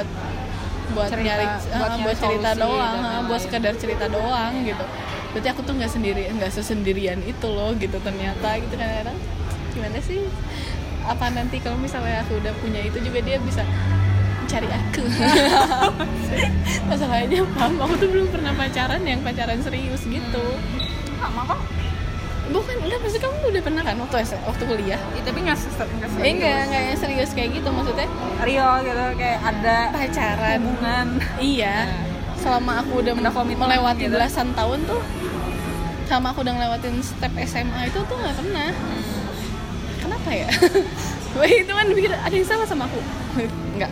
cerita doang, buat sekedar cerita doang gitu. Berarti aku tuh nggak sesendirian itu loh gitu ternyata gitu. Kadang-kadang gimana sih, apa nanti kalau misalnya aku udah punya itu juga dia bisa cari aku. Masalahnya aku tuh belum pernah pacaran serius gitu. Sama kok. Bukan, enggak, pasti kamu udah pernah kan waktu kuliah? Tapi nggak serius. Enggak yang serius kayak gitu, maksudnya real gitu, kayak ada pacaran, hubungan. Iya. Selama aku udah melewati gitu. Belasan tahun tuh, sama aku udah ngelewatin step SMA itu tuh nggak pernah. Kenapa ya? Wah, itu kan pikir ada yang salah sama aku. Enggak.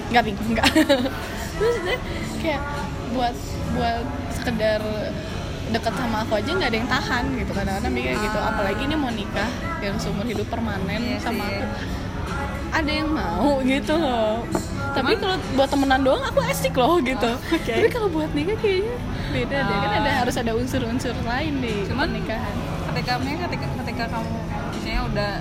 Terus kayak buat sekedar dekat sama aku aja nggak ada yang tahan gitu. Kadang-kadang mikir gitu, apalagi ini mau nikah yang seumur hidup permanen sama aku, ada yang mau gitu loh. Tapi kalau buat temenan doang aku asik loh gitu. Tapi kalau buat nikah kayaknya beda deh, kan harus ada unsur-unsur lain di pernikahan. Ketika kamu misalnya udah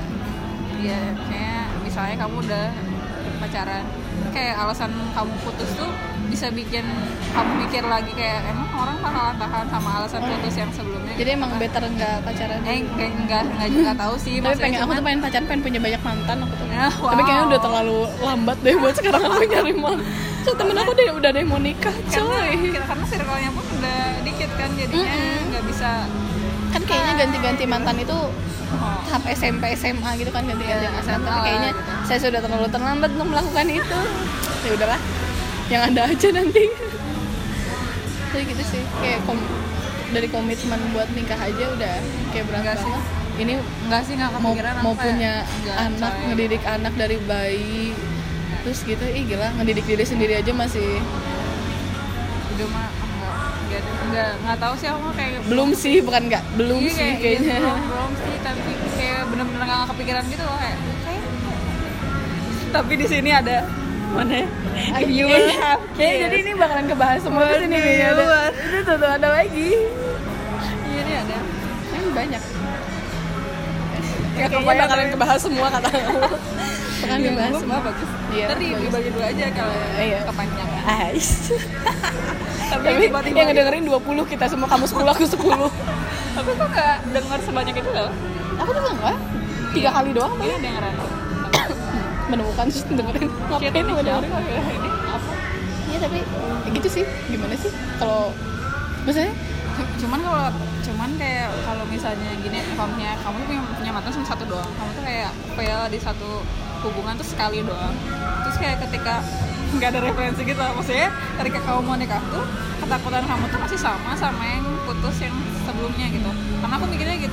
misalnya kamu udah pacaran, kayak alasan kamu putus tuh bisa bikin kamu mikir lagi kayak emang orang bakalan tahan sama alasan putus yang sebelumnya. Jadi emang better nggak pacaran? Nggak tahu sih. Tapi aku tuh pengen pacaran, pengen punya banyak mantan aku tuh. Tapi kayaknya udah terlalu lambat deh buat sekarang aku nyari mantan. So temen aku udah ada yang mau nikah, coy. Karena circle-nya pun udah dikit kan, jadinya nggak bisa. Kan kayaknya ganti-ganti mantan itu tahap SMP SMA gitu kan, ganti-ganti mantan. Tapi kayaknya saya sudah terlalu terlambat untuk melakukan itu. Ya udahlah, yang ada aja nanti. Jadi gitu sih, kayak dari komitmen buat nikah aja udah kayak berangkat sih. Ini nggak kepikiran mau punya anak, ngedidik anak dari bayi, terus gitu, gila, ngedidik diri sendiri aja masih. Udah mah nggak tahu sih aku kayak belum sih kayaknya. Belum sih, tapi kayak bener-bener nggak kepikiran gitu loh kayak. Tapi di sini ada mana? If you will have kids. Jadi ini bakalan kebahas semua di sini ya. Itu tuh ada lagi. Iya, ini ada. Ini banyak. Kayaknya bakalan kebahas semua kata kamu. Bakalan kebahas semua, bagus. Iya. Tadi dibagi dua aja kalau kepanjangan. Tapi yang ngedengerin 20 kita semua, kamu 10 aku 10. Tapi kok nggak denger sebanyak itu loh? Aku juga enggak. 3 kali doang. Iya, dengeran. Menemukan terus dengerin. Ngapain lu dengerin? Ini apa? Iya, tapi gitu sih. Gimana sih kalau maksudnya? Cuman kayak kalau misalnya gini, kamu punya mantan cuma satu doang, kamu tuh kayak fail di satu hubungan tuh sekali doang, terus kayak ketika nggak ada referensi gitu, maksudnya ketika kamu mau nikah tuh ketakutan kamu tuh masih sama yang putus yang sebelumnya gitu. Karena aku mikirnya gitu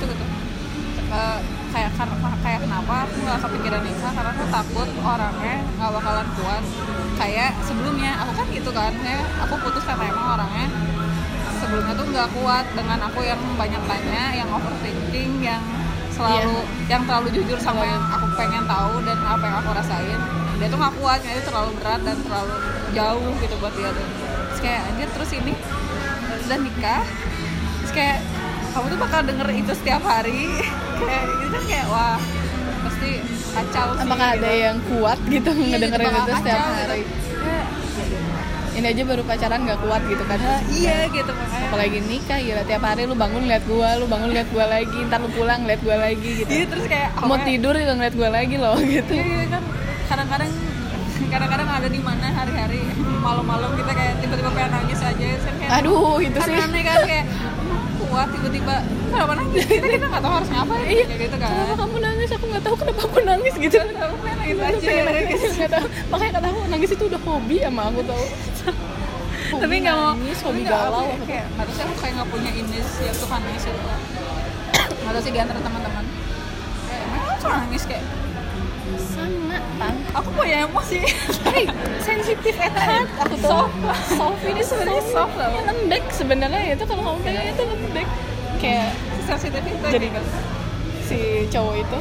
kayak kenapa aku nggak kepikiran nikah, karena aku takut orangnya nggak bakalan kuat kayak sebelumnya. Aku kan gitu kan, aku putus karena emang orangnya sebelumnya tuh nggak kuat dengan aku yang banyak tanya, yang overthinking, yang selalu yang terlalu jujur sama yang aku pengen tahu dan apa yang aku rasain. Dia tuh nggak kuat, itu terlalu berat dan terlalu jauh gitu buat dia tuh. Terus kayak anjir, terus ini udah nikah, terus kayak kamu tuh bakal denger itu setiap hari. Kayak itu kan kayak wah pasti kacau sih. Apakah ada yang kuat gitu ngedengerin itu setiap hari? ini aja baru pacaran nggak kuat gitu kan. Iya gitu makanya. Apalagi nikah gila, tiap hari lu bangun lihat gua, lu bangun lihat gua lagi, ntar lu pulang lihat gua lagi gitu. Iya terus kayak Mau tidur juga ngeliat gua lagi loh gitu. Iya kan kadang-kadang ada di mana hari-hari malam-malam kita kayak tiba-tiba pengen nangis aja kayak, aduh itu kan sih aneh kan kayak kuat tiba-tiba kenapa nangis kita nggak tahu harus ngapain kayak gitu kan. Kenapa kamu nangis? Aku nggak tahu kenapa aku nangis gitu. Aku pengen nangis aja Nggak tahu. Makanya kata aku nangis itu udah hobi sama aku tahu. Tapi nggak mau nangis, hobi galau. Kayak harusnya aku kayak nggak punya indis yang suka nangis itu. Atau sih di antara teman-teman kayak mereka suka nangis kayak Sama Tang. aku punya emosi. Hey, sensitif at heart. Aku tuh soft ini sebenarnya soft loh. Lembek sebenarnya itu kalau kamu pegang itu lembek. Kayak Sensitif itu jadi si cowok itu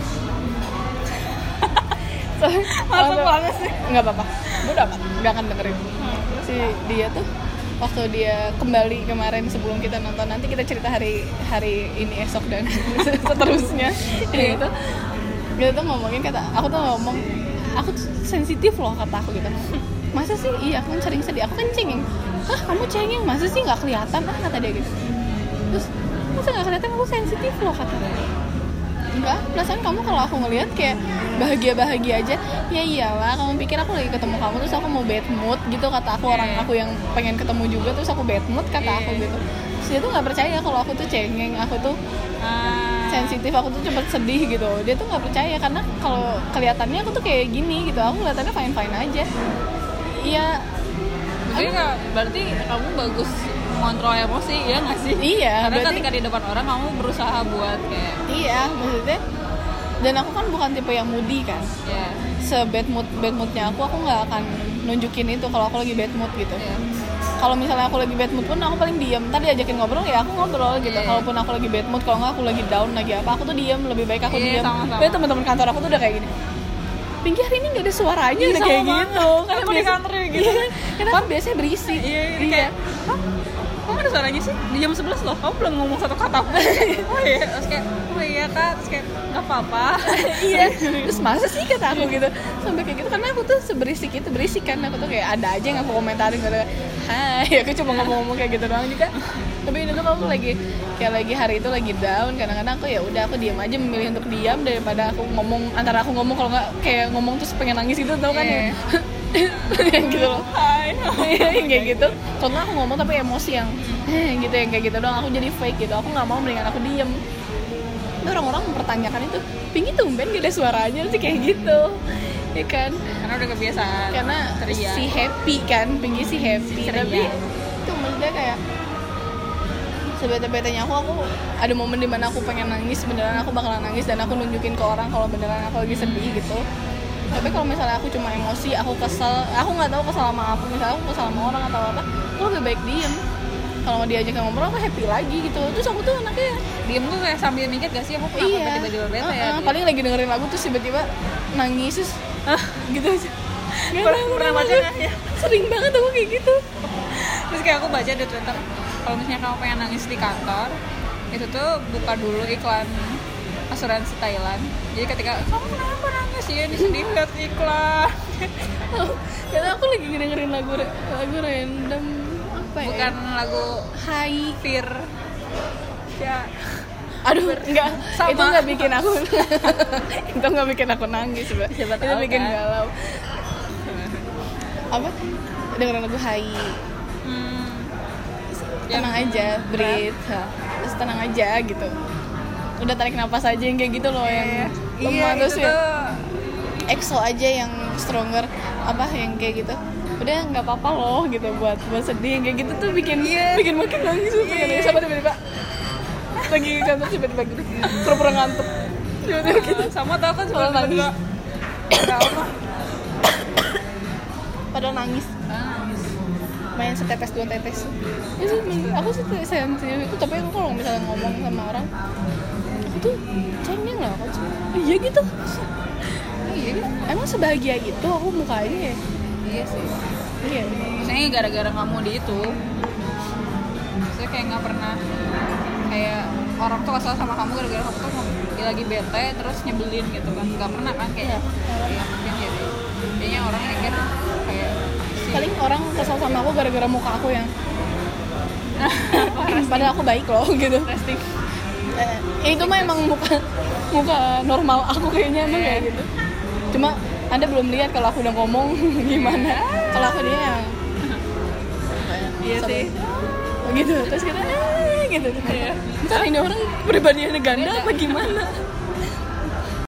masuk banget sih. nggak apa-apa, bodo amat, nggak akan dengerin. Si dia tuh waktu dia kembali kemarin sebelum kita nonton, nanti kita cerita hari ini esok dan seterusnya. Dia tuh ngomongin, kata aku tuh ngomong aku tuh sensitif loh, kata aku gitu. Masa sih? Iya, aku kan sering sedih, aku kan cengeng. Hah, kamu cengeng? Masa sih nggak kelihatan? Kata dia gitu. Terus masa nggak kelihatan? Aku sensitif loh, kata dia. Enggak, perasaan kamu kalau aku ngelihat kayak bahagia aja. Ya iyalah, kamu pikir aku lagi ketemu kamu terus aku mau bad mood gitu, kata aku. Orang aku yang pengen ketemu juga terus aku bad mood, kata aku gitu. Terus dia tuh nggak percaya kalau aku tuh cengeng, aku tuh sensitif, aku tuh cepet sedih gitu. Dia tuh nggak percaya karena kalau kelihatannya aku tuh kayak gini gitu, aku kelihatannya fine aja. Iya. Berarti kamu bagus mengontrol emosi, ya nggak sih? Iya. Karena berarti, ketika di depan orang kamu berusaha buat kayak. Iya, maksudnya. Dan aku kan bukan tipe yang moody kan. Yeah. Bad moodnya aku nggak akan nunjukin itu kalau aku lagi bad mood gitu. Yeah. Kalau misalnya aku lagi bad mood pun aku paling diem. Ntar diajakin ngobrol ya aku ngobrol gitu. Yeah. Kalaupun aku lagi bad mood, kalau nggak aku lagi down lagi apa, aku tuh diem. Lebih baik aku diem. Sama-sama. Tapi teman-teman kantor aku tuh udah kayak gini. Pinky hari ini nggak ada suaranya, udah kayak gitu. Karena aku di kantor gitu. Karena kan biasanya berisik. Iya. Kamu ada suaranya sih? Di jam 11 loh, kamu belum ngomong satu kata pun. Oh iya, terus kayak, oh iya kak, terus kayak, gak apa-apa. Iya, terus masa sih kata aku gitu. Sampai kayak gitu, karena aku tuh seberisik itu, berisik kan. Aku tuh kayak ada aja yang aku komentarin gitu. Hai, aku cuma ngomong kayak gitu doang juga. Tapi itu tuh kalau lagi hari itu lagi down, kadang-kadang aku ya udah aku diam aja, memilih untuk diam daripada aku ngomong. Antara aku ngomong, kalau nggak kayak ngomong terus pengen nangis gitu, tau kan ya. Yang gitu loh. Yang kayak gitu. Contoh aku ngomong tapi emosi yang gitu, yang kayak gitu doang, aku jadi fake gitu. Aku nggak mau, mendingan aku diem. Itu orang-orang mempertanyakan itu, Pinky tumben gak ada suaranya sih kayak gitu, ya kan? Karena udah kebiasaan. Karena ceria. si happy kan, Pinky si happy. Tapi itu maksudnya kayak sebete-betenya aku ada momen dimana aku pengen nangis, beneran aku bakalan nangis dan aku nunjukin ke orang kalau beneran aku lagi sedih gitu. Tapi kalau misalnya aku cuma emosi, aku kesel, aku nggak tahu kesel sama apa, misalnya aku kesel sama orang atau apa, aku lebih baik diem. Kalau mau diajak ngobrol aku happy lagi gitu. Terus aku tuh anaknya diem tuh kayak sambil mikir gak sih aku kenapa tiba-tiba bete ya. Paling lagi dengerin lagu terus tiba-tiba nangis terus gitu aja. Pernah baca nggak ya? Sering banget aku kayak gitu. Terus kayak aku baca di Twitter, kalau misalnya kamu pengen nangis di kantor, itu tuh buka dulu iklan asuransi Thailand. Jadi ketika kamu kenapa nangis ya, disedih lihat iklan. Karena aku lagi dengerin lagu random apa ya? Bukan lagu Hai Fear. Ya. Aduh, enggak. Sama. Itu enggak bikin aku itu enggak bikin aku nangis, Mbak. Siapa Itu tahu bikin kan? galau. Apa? Dengerin lagu Hai. Tenang aja, breathe. Terus tenang aja gitu. Udah tarik napas aja yang kayak gitu loh, yang lemah terus ya. EXO aja yang stronger, apa yang kayak gitu. Udah nggak apa-apa loh gitu, buat sedih kayak gitu tuh bikin makin nangis tuh, pengen nangis. Sama tiba-tiba lagi kantor tiba-tiba gitu pura-pura ngantuk tiba-tiba gitu. Sama tau kan Padahal nangis. Padahal nangis main setetes dua tetes ya sih, aku sih sensitif itu. Tapi aku kalau misalnya ngomong sama orang, aku tuh cengeng lah, aku iya gitu. Iya gitu, emang sebahagia itu aku mukanya ya. Iya sih. Iya. Maksudnya gara-gara kamu di itu, saya kayak nggak pernah kayak orang tuh kesel sama kamu gara-gara kamu tuh lagi bete terus nyebelin gitu kan, nggak pernah kan kayak. Iya mungkin jadi. Kayaknya orang mikir kayak paling orang kesel sama aku gara-gara muka aku yang padahal aku baik loh gitu. Resting. Itu mah emang muka normal aku kayaknya emang kayak gitu. Cuma Anda belum lihat kalau aku udah ngomong gimana. Kalau aku dia yang Iya sih. gitu terus kita gitu. Entar ini orang pribadiannya ganda apa gimana?